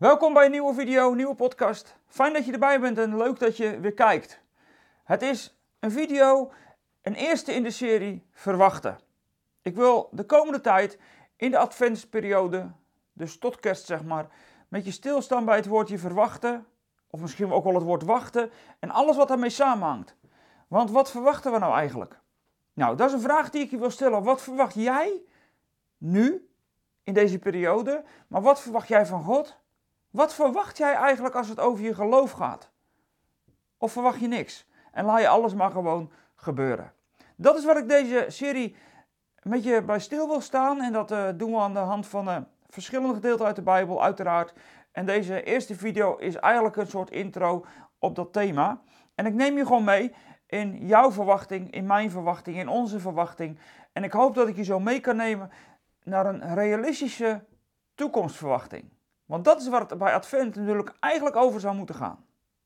Welkom bij een nieuwe video, nieuwe podcast. Fijn dat je erbij bent en leuk dat je weer kijkt. Het is een video, een eerste in de serie Verwachten. Ik wil de komende tijd in de adventsperiode, dus tot kerst zeg maar, met je stilstaan bij het woordje verwachten, of misschien ook wel het woord wachten en alles wat daarmee samenhangt. Want wat verwachten we nou eigenlijk? Nou, dat is een vraag die ik je wil stellen. Wat verwacht jij nu, in deze periode, maar wat verwacht jij van God? Wat verwacht jij eigenlijk als het over je geloof gaat? Of verwacht je niks? En laat je alles maar gewoon gebeuren. Dat is wat ik deze serie met je bij stil wil staan. En dat doen we aan de hand van verschillende gedeelten uit de Bijbel, uiteraard. En deze eerste video is eigenlijk een soort intro op dat thema. En ik neem je gewoon mee in jouw verwachting, in mijn verwachting, in onze verwachting. En ik hoop dat ik je zo mee kan nemen naar een realistische toekomstverwachting. Want dat is waar het bij Advent natuurlijk eigenlijk over zou moeten gaan.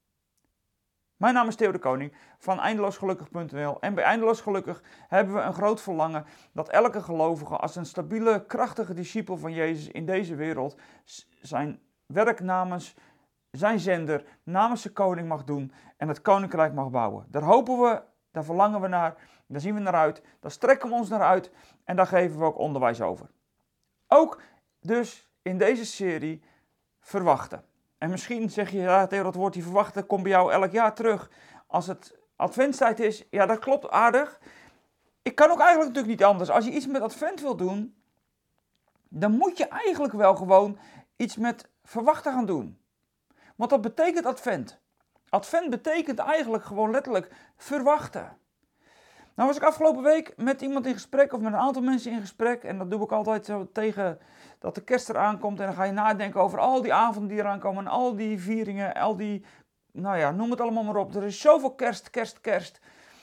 Mijn naam is Theo de Koning van eindeloosgelukkig.nl en bij Eindeloos Gelukkig hebben we een groot verlangen dat elke gelovige als een stabiele, krachtige discipel van Jezus in deze wereld zijn werk namens zijn zender, namens zijn koning mag doen en het koninkrijk mag bouwen. Daar hopen we, daar verlangen we naar, daar zien we naar uit, daar strekken we ons naar uit en daar geven we ook onderwijs over. Ook dus in deze serie verwachten. En misschien zeg je, ja Theo, dat woordje verwachten komt bij jou elk jaar terug. Als het adventstijd is, ja dat klopt aardig. Ik kan ook eigenlijk natuurlijk niet anders. Als je iets met advent wil doen, dan moet je eigenlijk wel gewoon iets met verwachten gaan doen. Want dat betekent advent. Advent betekent eigenlijk gewoon letterlijk verwachten. Nou was ik afgelopen week met iemand in gesprek, of met een aantal mensen in gesprek. En dat doe ik altijd zo tegen dat de kerst eraan komt. En dan ga je nadenken over al die avonden die eraan komen. En al die vieringen, al die, nou ja, noem het allemaal maar op. Er is zoveel kerst.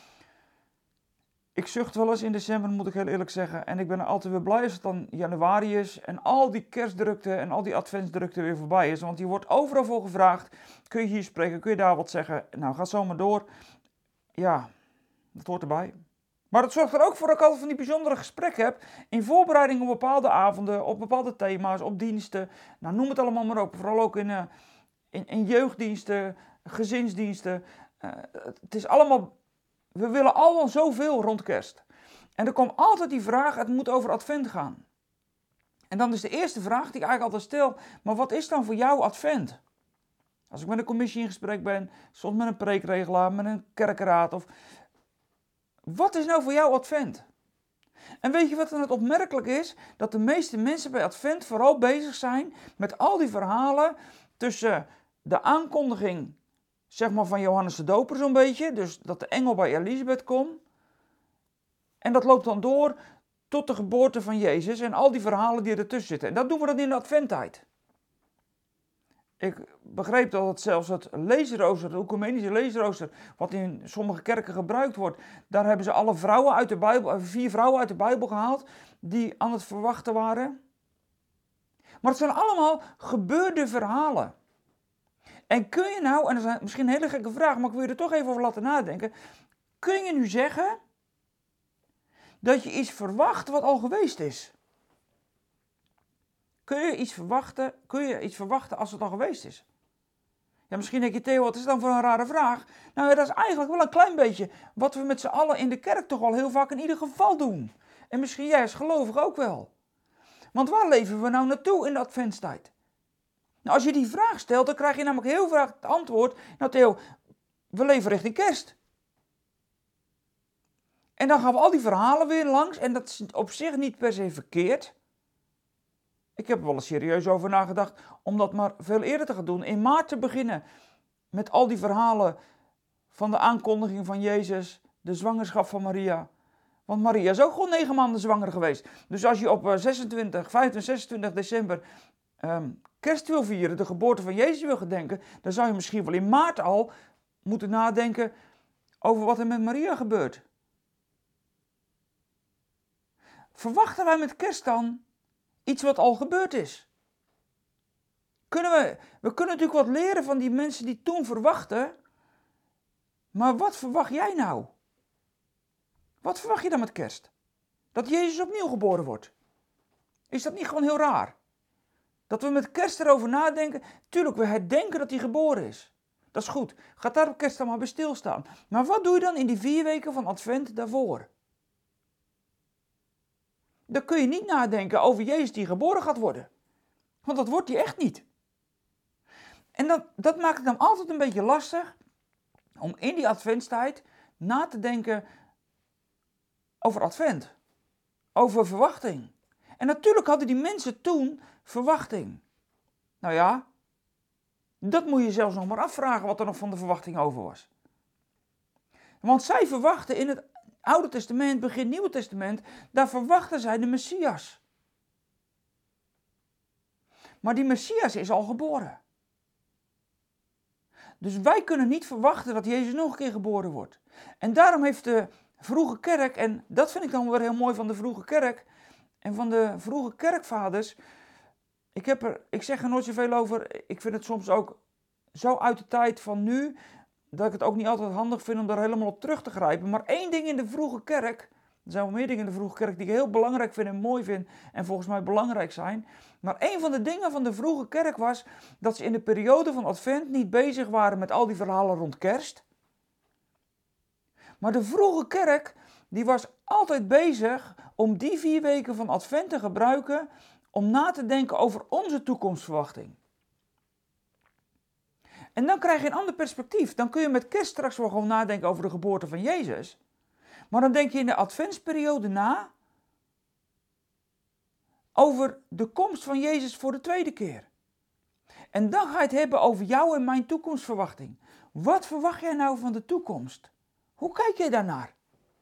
Ik zucht wel eens in december, moet ik heel eerlijk zeggen. En ik ben er altijd weer blij als het dan januari is. En al die kerstdrukte en al die adventsdrukte weer voorbij is. Want je wordt overal voor gevraagd. Kun je hier spreken, kun je daar wat zeggen? Nou, ga zo maar door. Ja, dat hoort erbij. Maar het zorgt er ook voor dat ik altijd van die bijzondere gesprekken heb. In voorbereiding op bepaalde avonden, op bepaalde thema's, op diensten. Nou, noem het allemaal maar op. Vooral ook in jeugddiensten, gezinsdiensten. Het is allemaal, we willen allemaal zoveel rond kerst. En er komt altijd die vraag, het moet over advent gaan. En dan is de eerste vraag die ik eigenlijk altijd stel. Maar wat is dan voor jou advent? Als ik met een commissie in gesprek ben, soms met een preekregelaar, met een kerkenraad of... Wat is nou voor jou advent? En weet je wat dan het opmerkelijk is? Dat de meeste mensen bij advent vooral bezig zijn met al die verhalen tussen de aankondiging, zeg maar, van Johannes de Doper zo'n beetje. Dus dat de engel bij Elisabeth komt. En dat loopt dan door tot de geboorte van Jezus en al die verhalen die ertussen zitten. En dat doen we dan in de adventtijd. Ik begreep dat het zelfs het leesrooster, het oecumenische leesrooster, wat in sommige kerken gebruikt wordt, daar hebben ze alle vrouwen uit de Bijbel, 4 vrouwen uit de Bijbel gehaald, die aan het verwachten waren. Maar het zijn allemaal gebeurde verhalen. En kun je nou, en dat is misschien een hele gekke vraag, maar ik wil je er toch even over laten nadenken, kun je nu zeggen dat je iets verwacht wat al geweest is? Kun je iets verwachten als het al geweest is? Ja, misschien denk je, Theo, wat is dan voor een rare vraag? Nou ja, dat is eigenlijk wel een klein beetje wat we met z'n allen in de kerk toch wel heel vaak in ieder geval doen. En misschien jij als gelovige ook wel. Want waar leven we nou naartoe in de adventstijd? Nou, als je die vraag stelt, dan krijg je namelijk heel vaak het antwoord. Nou Theo, we leven richting kerst. En dan gaan we al die verhalen weer langs. En dat is op zich niet per se verkeerd. Ik heb er wel eens serieus over nagedacht om dat maar veel eerder te gaan doen. In maart te beginnen met al die verhalen van de aankondiging van Jezus, de zwangerschap van Maria. Want Maria is ook gewoon 9 maanden zwanger geweest. Dus als je op 25 en 26 december kerst wil vieren, de geboorte van Jezus wil gedenken, dan zou je misschien wel in maart al moeten nadenken over wat er met Maria gebeurt. Verwachten wij met kerst dan iets wat al gebeurd is? We kunnen natuurlijk wat leren van die mensen die toen verwachten. Maar wat verwacht jij nou? Wat verwacht je dan met kerst? Dat Jezus opnieuw geboren wordt? Is dat niet gewoon heel raar? Dat we met kerst erover nadenken. Tuurlijk, we herdenken dat hij geboren is. Dat is goed. Ga daar op kerst dan maar bij stilstaan. Maar wat doe je dan in die 4 weken van Advent daarvoor? Dan kun je niet nadenken over Jezus die geboren gaat worden. Want dat wordt hij echt niet. En dat maakt het dan altijd een beetje lastig om in die adventstijd na te denken over Advent. Over verwachting. En natuurlijk hadden die mensen toen verwachting. Nou ja, dat moet je zelfs nog maar afvragen wat er nog van de verwachting over was. Want zij verwachten in het Oude Testament, begin Nieuwe Testament, daar verwachten zij de Messias. Maar die Messias is al geboren. Dus wij kunnen niet verwachten dat Jezus nog een keer geboren wordt. En daarom heeft de vroege kerk, en dat vind ik dan weer heel mooi van de vroege kerk en van de vroege kerkvaders. Ik zeg er nooit zoveel over, ik vind het soms ook zo uit de tijd van nu, dat ik het ook niet altijd handig vind om daar helemaal op terug te grijpen. Maar één ding in de vroege kerk, er zijn wel meer dingen in de vroege kerk die ik heel belangrijk vind en mooi vind en volgens mij belangrijk zijn. Maar één van de dingen van de vroege kerk was dat ze in de periode van Advent niet bezig waren met al die verhalen rond kerst. Maar de vroege kerk die was altijd bezig om die 4 weken van Advent te gebruiken om na te denken over onze toekomstverwachting. En dan krijg je een ander perspectief. Dan kun je met kerst straks wel gewoon nadenken over de geboorte van Jezus. Maar dan denk je in de adventsperiode na over de komst van Jezus voor de tweede keer. En dan ga je het hebben over jou en mijn toekomstverwachting. Wat verwacht jij nou van de toekomst? Hoe kijk jij daarnaar?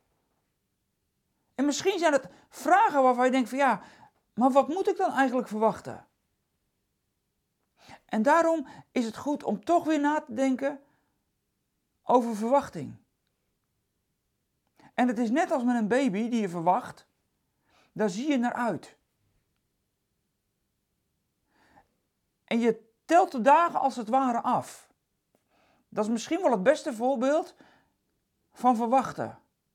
En misschien zijn het vragen waarvan je denkt van ja, maar wat moet ik dan eigenlijk verwachten? En daarom is het goed om toch weer na te denken over verwachting. En het is net als met een baby die je verwacht, daar zie je naar uit. En je telt de dagen als het ware af. Dat is misschien wel het beste voorbeeld van verwachten.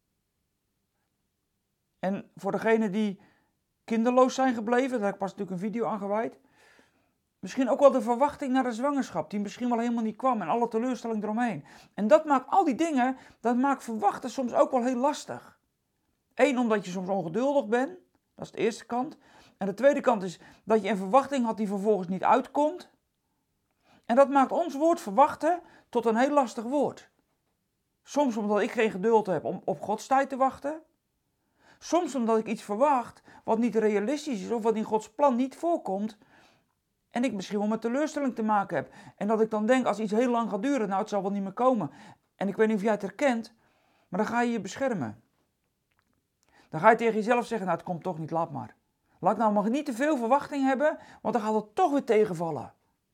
En voor degenen die kinderloos zijn gebleven, daar heb ik pas natuurlijk een video aan gewijd. Misschien ook wel de verwachting naar de zwangerschap, die misschien wel helemaal niet kwam en alle teleurstelling eromheen. En dat maakt al die dingen, dat maakt verwachten soms ook wel heel lastig. Eén, omdat je soms ongeduldig bent, dat is de eerste kant. En de tweede kant is dat je een verwachting had die vervolgens niet uitkomt. En dat maakt ons woord verwachten tot een heel lastig woord. Soms omdat ik geen geduld heb om op Gods tijd te wachten. Soms omdat ik iets verwacht wat niet realistisch is of wat in Gods plan niet voorkomt. En ik misschien wel met teleurstelling te maken heb. En dat ik dan denk, als iets heel lang gaat duren, nou het zal wel niet meer komen. En ik weet niet of jij het herkent, maar dan ga je je beschermen. Dan ga je tegen jezelf zeggen, nou het komt toch niet, laat maar. Laat ik nou maar niet te veel verwachting hebben, want dan gaat het toch weer tegenvallen.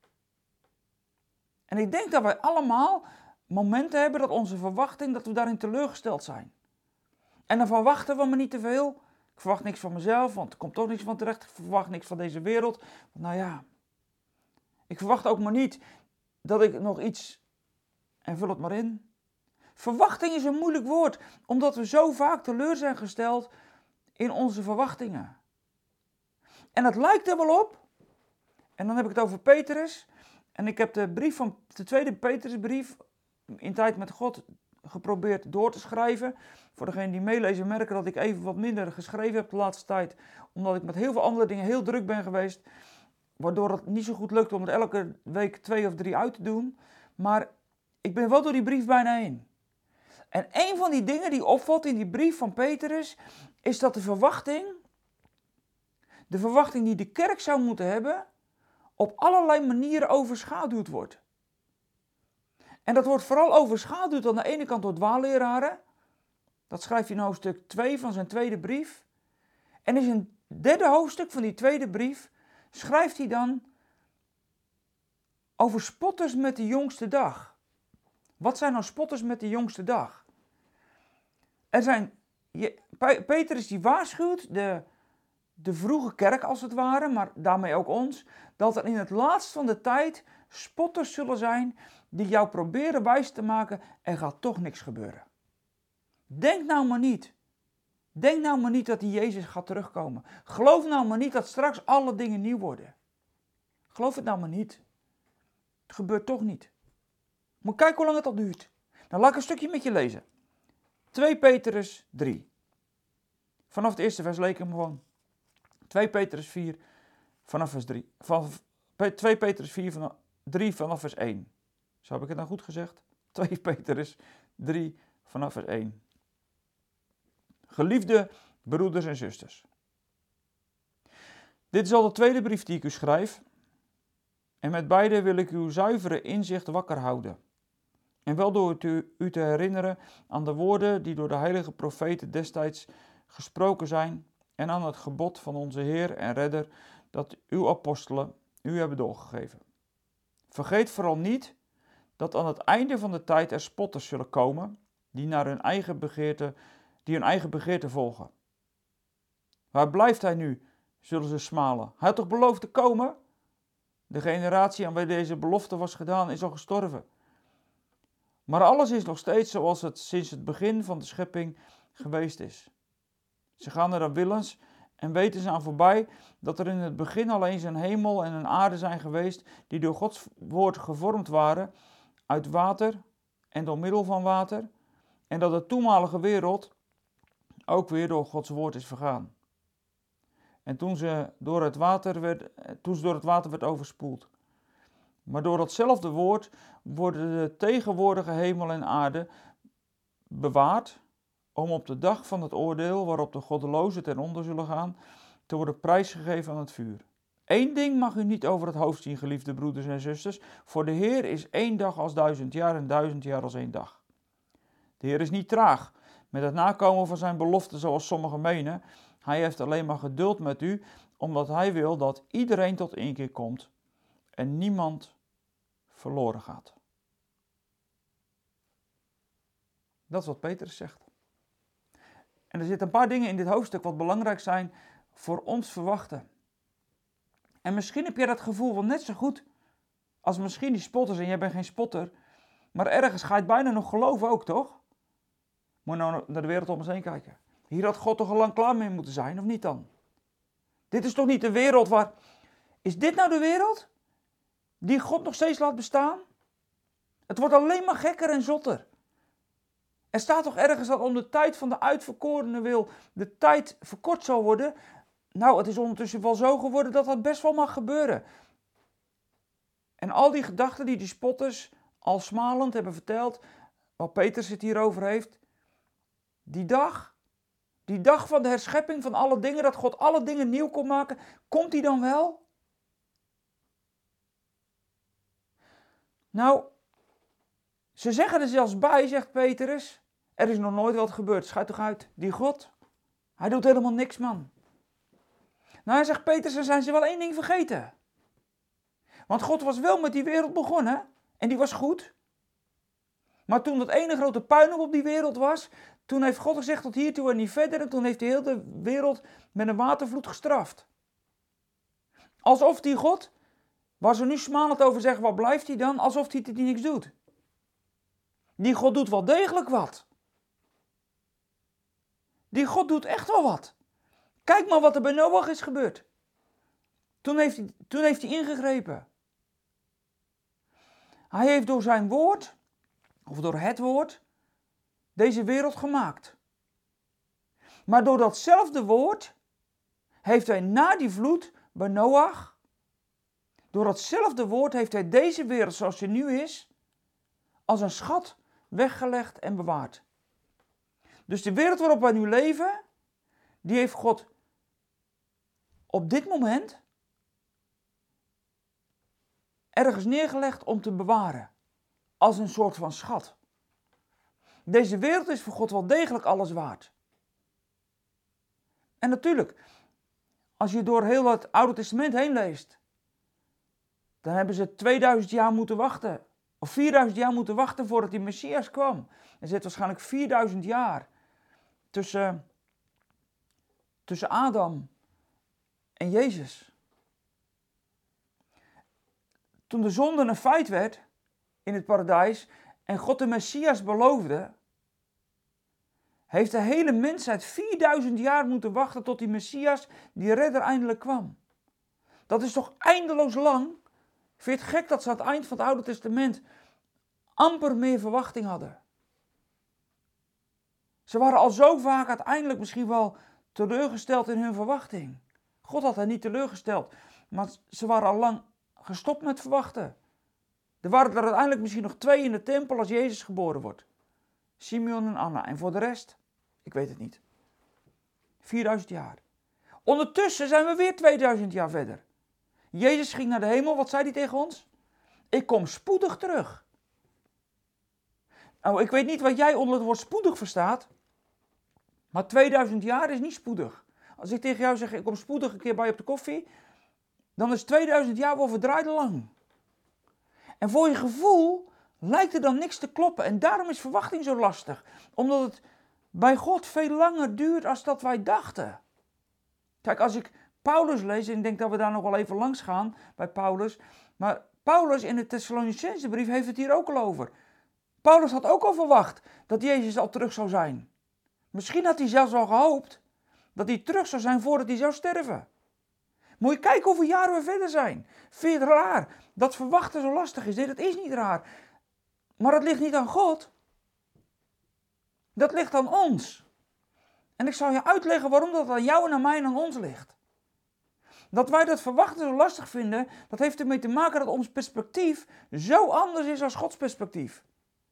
En ik denk dat wij allemaal momenten hebben dat onze verwachting, dat we daarin teleurgesteld zijn. En dan verwachten we maar niet te veel. Ik verwacht niks van mezelf, want er komt toch niks van terecht. Ik verwacht niks van deze wereld. Nou ja, ik verwacht ook maar niet dat ik nog iets, en vul het maar in. Verwachting is een moeilijk woord, omdat we zo vaak teleur zijn gesteld in onze verwachtingen. En het lijkt er wel op, en dan heb ik het over Petrus, en ik heb de tweede Petrusbrief in tijd met God geprobeerd door te schrijven. Voor degenen die meelezen merken dat ik even wat minder geschreven heb de laatste tijd, omdat ik met heel veel andere dingen heel druk ben geweest, waardoor het niet zo goed lukt om er elke week 2 of 3 uit te doen. Maar ik ben wel door die brief bijna heen. En een van die dingen die opvalt in die brief van Petrus, is dat de verwachting die de kerk zou moeten hebben, op allerlei manieren overschaduwd wordt. En dat wordt vooral overschaduwd aan de ene kant door dwaalleraren. Dat schrijft hij in hoofdstuk 2 van zijn tweede brief. En in zijn derde hoofdstuk van die tweede brief schrijft hij dan over spotters met de jongste dag. Wat zijn nou spotters met de jongste dag? Petrus die waarschuwt de vroege kerk als het ware, maar daarmee ook ons, dat er in het laatst van de tijd spotters zullen zijn die jou proberen wijs te maken, er gaat toch niks gebeuren. Denk nou maar niet dat die Jezus gaat terugkomen. Geloof nou maar niet dat straks alle dingen nieuw worden. Geloof het nou maar niet. Het gebeurt toch niet. Moet kijken hoe lang het al duurt. Nou, laat ik een stukje met je lezen. 2 Petrus 3. Vanaf het eerste vers leek ik hem gewoon. 2 Petrus 4 vanaf vers 3. 2 Petrus 4 3 vanaf vers 1. Zo heb ik het nou goed gezegd? 2 Petrus 3 vanaf vers 1. Geliefde broeders en zusters. Dit is al de tweede brief die ik u schrijf. En met beide wil ik uw zuivere inzicht wakker houden. En wel door u te herinneren aan de woorden die door de heilige profeten destijds gesproken zijn en aan het gebod van onze Heer en Redder dat uw apostelen u hebben doorgegeven. Vergeet vooral niet dat aan het einde van de tijd er spotters zullen komen die hun eigen begeerte volgen. Waar blijft hij nu, zullen ze smalen. Hij had toch beloofd te komen? De generatie aan wie deze belofte was gedaan is al gestorven. Maar alles is nog steeds zoals het sinds het begin van de schepping geweest is. Ze gaan er dan willens en weten ze aan voorbij dat er in het begin al eens een hemel en een aarde zijn geweest die door Gods woord gevormd waren uit water en door middel van water en dat de toenmalige wereld ook weer door Gods woord is vergaan. En toen ze door het water werd overspoeld. Maar door datzelfde woord worden de tegenwoordige hemel en aarde bewaard om op de dag van het oordeel waarop de goddelozen ten onder zullen gaan, te worden prijsgegeven aan het vuur. Eén ding mag u niet over het hoofd zien, geliefde broeders en zusters. Voor de Heer is 1 dag als 1000 jaar en 1000 jaar als 1 dag. De Heer is niet traag met het nakomen van zijn belofte zoals sommigen menen. Hij heeft alleen maar geduld met u, omdat hij wil dat iedereen tot inkeer komt en niemand verloren gaat. Dat is wat Petrus zegt. En er zitten een paar dingen in dit hoofdstuk wat belangrijk zijn voor ons verwachten. En misschien heb je dat gevoel wel net zo goed als misschien die spotters en jij bent geen spotter. Maar ergens ga je het bijna nog geloven ook, toch? Moet je nou naar de wereld om ons heen kijken. Hier had God toch al lang klaar mee moeten zijn, of niet dan? Dit is toch niet de wereld waar... Is dit nou de wereld die God nog steeds laat bestaan? Het wordt alleen maar gekker en zotter. Er staat toch ergens dat om de tijd van de uitverkorene wil de tijd verkort zal worden? Nou, het is ondertussen wel zo geworden dat dat best wel mag gebeuren. En al die gedachten die spotters al smalend hebben verteld, wat Petrus het hierover heeft, die dag van de herschepping van alle dingen, dat God alle dingen nieuw kon maken, komt die dan wel? Nou, ze zeggen er zelfs bij, zegt Petrus, er is nog nooit wat gebeurd, schijt toch uit, die God, hij doet helemaal niks, man. Nou, hij zegt Petrus, dan zijn ze wel één ding vergeten. Want God was wel met die wereld begonnen en die was goed. Maar toen dat ene grote puinhoop op die wereld was, toen heeft God gezegd tot hiertoe en niet verder en toen heeft hij heel de wereld met een watervloed gestraft. Alsof die God, waar ze nu smalend over zeggen, wat blijft hij dan? Alsof hij het niks doet. Die God doet wel degelijk wat. Die God doet echt wel wat. Kijk maar wat er bij Noach is gebeurd. Toen heeft hij ingegrepen. Hij heeft door zijn woord, of door het woord, deze wereld gemaakt. Maar door datzelfde woord heeft hij na die vloed bij Noach, door datzelfde woord heeft hij deze wereld zoals die nu is, als een schat weggelegd en bewaard. Dus de wereld waarop wij nu leven, die heeft God op dit moment ergens neergelegd om te bewaren. Als een soort van schat. Deze wereld is voor God wel degelijk alles waard. En natuurlijk, als je door heel het Oude Testament heen leest, dan hebben ze 2000 jaar moeten wachten. Of 4000 jaar moeten wachten voordat die Messias kwam. Er zit waarschijnlijk 4000 jaar tussen Adam en Jezus. Toen de zonde een feit werd in het paradijs en God de Messias beloofde, heeft de hele mensheid 4000 jaar moeten wachten tot die Messias, die redder, eindelijk kwam. Dat is toch eindeloos lang Vind je het gek dat ze aan het eind van het Oude Testament amper meer verwachting hadden? Ze waren al zo vaak uiteindelijk misschien wel teleurgesteld in hun verwachting. God had hen niet teleurgesteld, maar ze waren al lang gestopt met verwachten. Er waren er uiteindelijk misschien nog 2 in de tempel als Jezus geboren wordt. Simeon en Anna. En voor de rest, ik weet het niet. 4000 jaar. Ondertussen zijn we weer 2000 jaar verder. Jezus ging naar de hemel, wat zei hij tegen ons? Ik kom spoedig terug. Nou, ik weet niet wat jij onder het woord spoedig verstaat, maar 2000 jaar is niet spoedig. Als ik tegen jou zeg, ik kom spoedig een keer bij je op de koffie, dan is 2000 jaar wel verdraaid lang. En voor je gevoel lijkt er dan niks te kloppen. En daarom is verwachting zo lastig. Omdat het bij God veel langer duurt als dat wij dachten. Kijk, als ik Paulus lees, en ik denk dat we daar nog wel even langs gaan bij Paulus. Maar Paulus in de Thessalonicensebrief heeft het hier ook al over. Paulus had ook al verwacht dat Jezus al terug zou zijn. Misschien had hij zelfs al gehoopt dat hij terug zou zijn voordat hij zou sterven. Moet je kijken hoeveel jaren we verder zijn. Vind je het raar dat verwachten zo lastig is? Nee, dat is niet raar. Maar dat ligt niet aan God. Dat ligt aan ons. En ik zal je uitleggen waarom dat aan jou en aan mij en aan ons ligt. Dat wij dat verwachten zo lastig vinden, dat heeft ermee te maken dat ons perspectief zo anders is als Gods perspectief.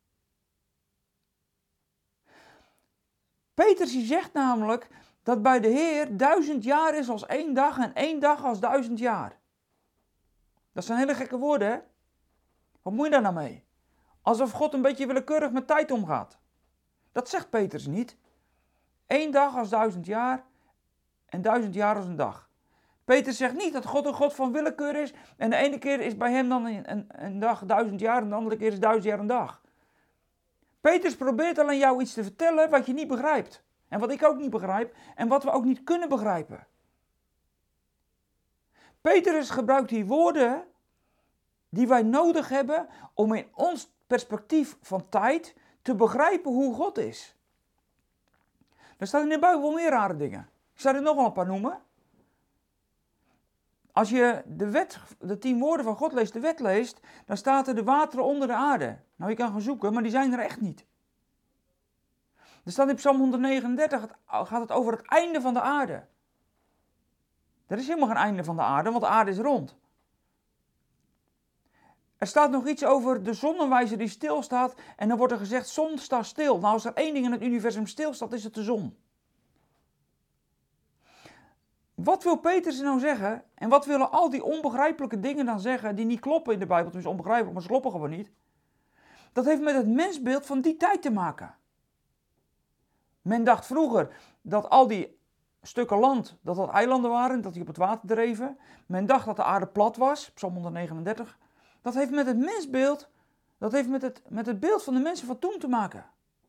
Petrus die zegt namelijk dat bij de Heer 1000 jaar is als 1 dag en 1 dag als 1000 jaar. Dat zijn hele gekke woorden, hè? Wat moet je daar nou mee? Alsof God een beetje willekeurig met tijd omgaat. Dat zegt Petrus niet. 1 dag als 1000 jaar en 1000 jaar als een dag. Petrus zegt niet dat God een God van willekeur is en de ene keer is bij hem dan een dag 1000 jaar en de andere keer is 1000 jaar een dag. Petrus probeert alleen jou iets te vertellen wat je niet begrijpt. En wat ik ook niet begrijp en wat we ook niet kunnen begrijpen. Petrus gebruikt hier woorden die wij nodig hebben om in ons perspectief van tijd te begrijpen hoe God is. Er staan in de Bijbel wel meer rare dingen. Ik zal er nog wel een paar noemen. Als je de 10 woorden van God leest, de wet leest, dan staat er de wateren onder de aarde. Nou, je kan gaan zoeken, maar die zijn er echt niet. Er staat in Psalm 139, gaat het over het einde van de aarde. Er is helemaal geen einde van de aarde, want de aarde is rond. Er staat nog iets over de zonnewijzer die stilstaat en dan wordt er gezegd, zon sta stil. Nou, als er 1 ding in het universum stilstaat, is het de zon. Wat wil Petrus nou zeggen? En wat willen al die onbegrijpelijke dingen dan zeggen die niet kloppen in de Bijbel? Tenminste onbegrijpelijk, maar ze kloppen gewoon niet. Dat heeft met het mensbeeld van die tijd te maken. Men dacht vroeger dat al die stukken land, dat eilanden waren, dat die op het water dreven. Men dacht dat de aarde plat was, Psalm 139. Dat heeft met het mensbeeld, dat heeft met het beeld van de mensen van toen te maken.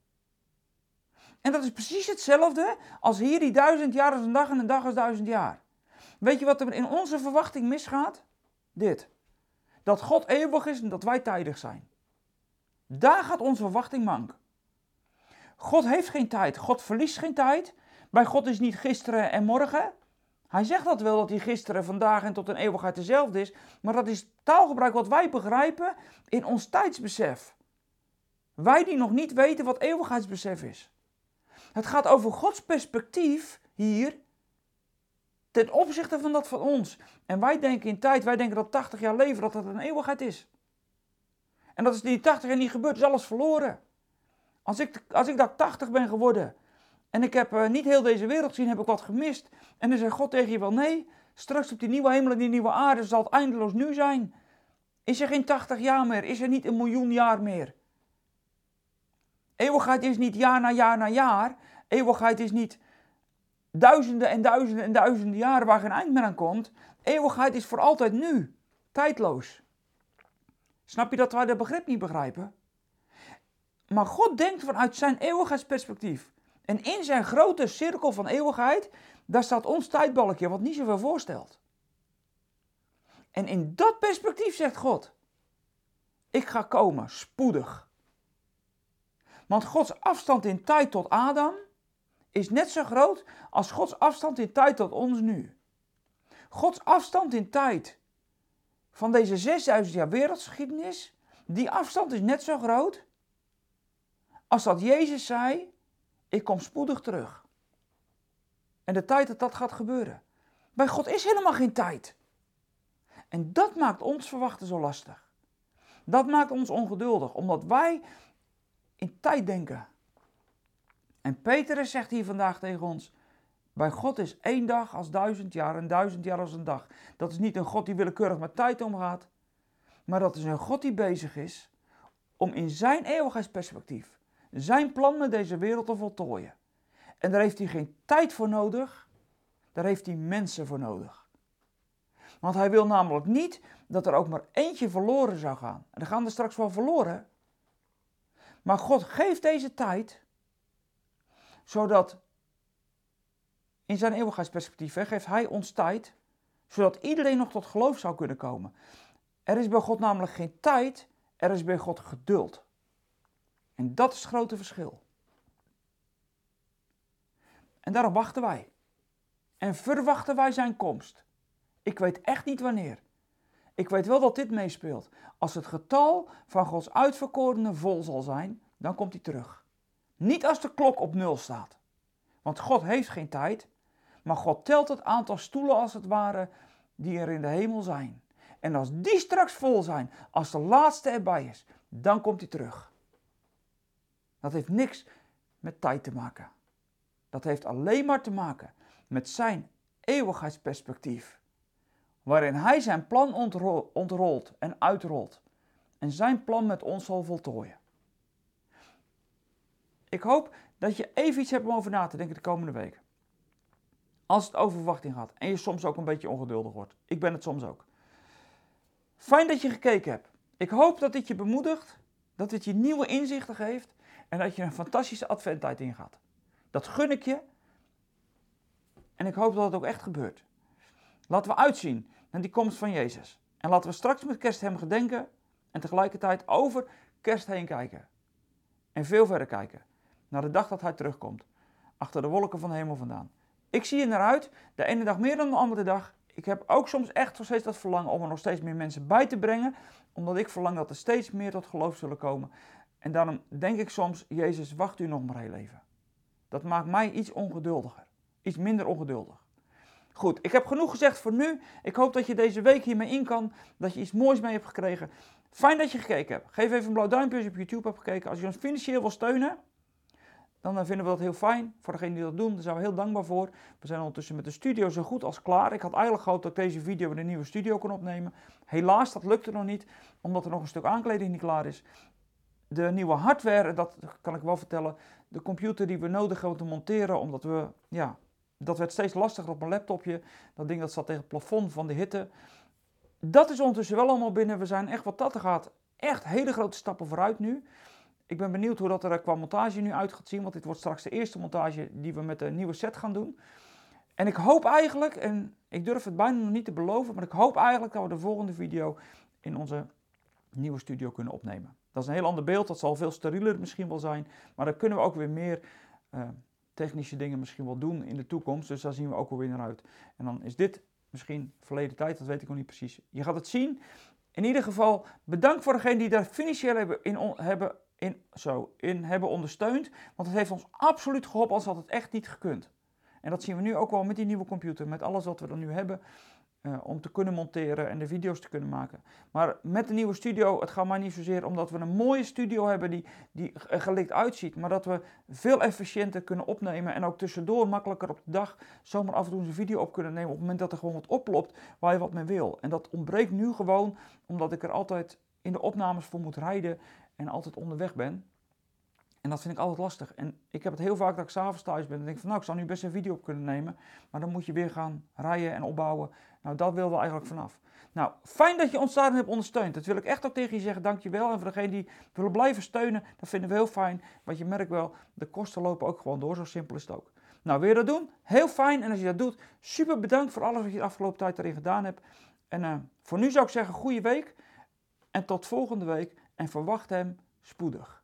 En dat is precies hetzelfde als hier die 1000 jaar als een dag en een dag als 1000 jaar. Weet je wat er in onze verwachting misgaat? Dit. Dat God eeuwig is en dat wij tijdig zijn. Daar gaat onze verwachting mank. God heeft geen tijd. God verliest geen tijd. Bij God is niet gisteren en morgen. Hij zegt dat wel, dat hij gisteren, vandaag en tot een eeuwigheid dezelfde is. Maar dat is taalgebruik wat wij begrijpen in ons tijdsbesef. Wij die nog niet weten wat eeuwigheidsbesef is. Het gaat over Gods perspectief hier ten opzichte van dat van ons. En wij denken in tijd, wij denken dat 80 jaar leven, dat een eeuwigheid is. En dat is die 80 jaar niet gebeurd, is alles verloren. Als ik dat 80 ben geworden en ik heb niet heel deze wereld gezien, heb ik wat gemist. En dan zegt God tegen je wel, nee, straks op die nieuwe hemel en die nieuwe aarde zal het eindeloos nu zijn. Is er geen 80 jaar meer, is er niet 1 miljoen jaar meer. Eeuwigheid is niet jaar na jaar na jaar. Eeuwigheid is niet duizenden en duizenden en duizenden jaren waar geen eind meer aan komt. Eeuwigheid is voor altijd nu. Tijdloos. Snap je dat wij dat begrip niet begrijpen? Maar God denkt vanuit zijn eeuwigheidsperspectief. En in zijn grote cirkel van eeuwigheid, daar staat ons tijdbalkje wat niet zoveel voorstelt. En in dat perspectief zegt God, ik ga komen, spoedig. Want Gods afstand in tijd tot Adam is net zo groot als Gods afstand in tijd tot ons nu. Gods afstand in tijd van deze 6000 jaar wereldgeschiedenis, die afstand is net zo groot als dat Jezus zei, ik kom spoedig terug. En de tijd dat dat gaat gebeuren. Bij God is helemaal geen tijd. En dat maakt ons verwachten zo lastig. Dat maakt ons ongeduldig, omdat wij in tijd denken. En Petrus zegt hier vandaag tegen ons, bij God is 1 dag als 1000 jaar en 1000 jaar als een dag. Dat is niet een God die willekeurig met tijd omgaat, maar dat is een God die bezig is om in zijn eeuwigheidsperspectief zijn plan met deze wereld te voltooien. En daar heeft hij geen tijd voor nodig, daar heeft hij mensen voor nodig. Want hij wil namelijk niet dat er ook maar eentje verloren zou gaan. En er gaan er straks wel verloren. Maar God geeft deze tijd, zodat in zijn eeuwigheidsperspectief geeft hij ons tijd, zodat iedereen nog tot geloof zou kunnen komen. Er is bij God namelijk geen tijd, er is bij God geduld. En dat is het grote verschil. En daarom wachten wij. En verwachten wij zijn komst. Ik weet echt niet wanneer. Ik weet wel dat dit meespeelt. Als het getal van Gods uitverkorenen vol zal zijn, dan komt hij terug. Niet als de klok op 0 staat. Want God heeft geen tijd, maar God telt het aantal stoelen als het ware die er in de hemel zijn. En als die straks vol zijn, als de laatste erbij is, dan komt hij terug. Dat heeft niks met tijd te maken. Dat heeft alleen maar te maken met zijn eeuwigheidsperspectief. Waarin hij zijn plan ontrolt en uitrolt. En zijn plan met ons zal voltooien. Ik hoop dat je even iets hebt om over na te denken de komende weken. Als het over verwachting gaat en je soms ook een beetje ongeduldig wordt. Ik ben het soms ook. Fijn dat je gekeken hebt. Ik hoop dat dit je bemoedigt, dat dit je nieuwe inzichten geeft en dat je een fantastische adventtijd ingaat. Dat gun ik je en ik hoop dat het ook echt gebeurt. Laten we uitzien naar die komst van Jezus. En laten we straks met kerst hem gedenken en tegelijkertijd over kerst heen kijken. En veel verder kijken, naar de dag dat hij terugkomt, achter de wolken van de hemel vandaan. Ik zie er naar uit, de ene dag meer dan de andere dag. Ik heb ook soms echt nog steeds dat verlangen om er nog steeds meer mensen bij te brengen, omdat ik verlang dat er steeds meer tot geloof zullen komen. En daarom denk ik soms, Jezus, wacht u nog maar heel even. Dat maakt mij iets ongeduldiger, iets minder ongeduldig. Goed, ik heb genoeg gezegd voor nu. Ik hoop dat je deze week hiermee in kan, dat je iets moois mee hebt gekregen. Fijn dat je gekeken hebt. Geef even een blauw duimpje als je op YouTube hebt gekeken. Als je ons financieel wil steunen, dan vinden we dat heel fijn. Voor degenen die dat doen, daar zijn we heel dankbaar voor. We zijn ondertussen met de studio zo goed als klaar. Ik had eigenlijk gehoopt dat ik deze video in een nieuwe studio kon opnemen. Helaas, dat lukte nog niet, omdat er nog een stuk aankleding niet klaar is. De nieuwe hardware, dat kan ik wel vertellen, de computer die we nodig hebben te monteren, omdat we, dat werd steeds lastiger op mijn laptopje. Dat ding dat zat tegen het plafond van de hitte. Dat is ondertussen wel allemaal binnen. We zijn echt wat dat er gaat, echt hele grote stappen vooruit nu. Ik ben benieuwd hoe dat er qua montage nu uit gaat zien, want dit wordt straks de eerste montage die we met de nieuwe set gaan doen. En ik hoop eigenlijk, en ik durf het bijna nog niet te beloven, maar ik hoop eigenlijk dat we de volgende video in onze nieuwe studio kunnen opnemen. Dat is een heel ander beeld, dat zal veel sterieler misschien wel zijn, maar dan kunnen we ook weer meer technische dingen misschien wel doen in de toekomst. Dus daar zien we ook wel weer naar uit. En dan is dit misschien verleden tijd, dat weet ik nog niet precies. Je gaat het zien. In ieder geval, bedankt voor degenen die daar financieel hebben ondersteund. Want het heeft ons absoluut geholpen, als had het echt niet gekund. En dat zien we nu ook wel met die nieuwe computer, met alles wat we er nu hebben. Om te kunnen monteren en de video's te kunnen maken. Maar met de nieuwe studio, het gaat mij niet zozeer omdat we een mooie studio hebben die er gelikt uitziet. Maar dat we veel efficiënter kunnen opnemen en ook tussendoor makkelijker op de dag zomaar af en toe een video op kunnen nemen. Op het moment dat er gewoon wat oplopt waar je wat mee wil. En dat ontbreekt nu gewoon omdat ik er altijd in de opnames voor moet rijden en altijd onderweg ben. En dat vind ik altijd lastig. En ik heb het heel vaak dat ik 's avonds thuis ben en denk van nou, ik zou nu best een video op kunnen nemen. Maar dan moet je weer gaan rijden en opbouwen. Nou, dat wilden we eigenlijk vanaf. Nou, fijn dat je ons daarin hebt ondersteund. Dat wil ik echt ook tegen je zeggen, dankjewel. En voor degenen die willen blijven steunen, dat vinden we heel fijn. Want je merkt wel, de kosten lopen ook gewoon door. Zo simpel is het ook. Nou, wil je dat doen? Heel fijn. En als je dat doet, super bedankt voor alles wat je de afgelopen tijd erin gedaan hebt. En voor nu zou ik zeggen, goede week. En tot volgende week. En verwacht hem spoedig.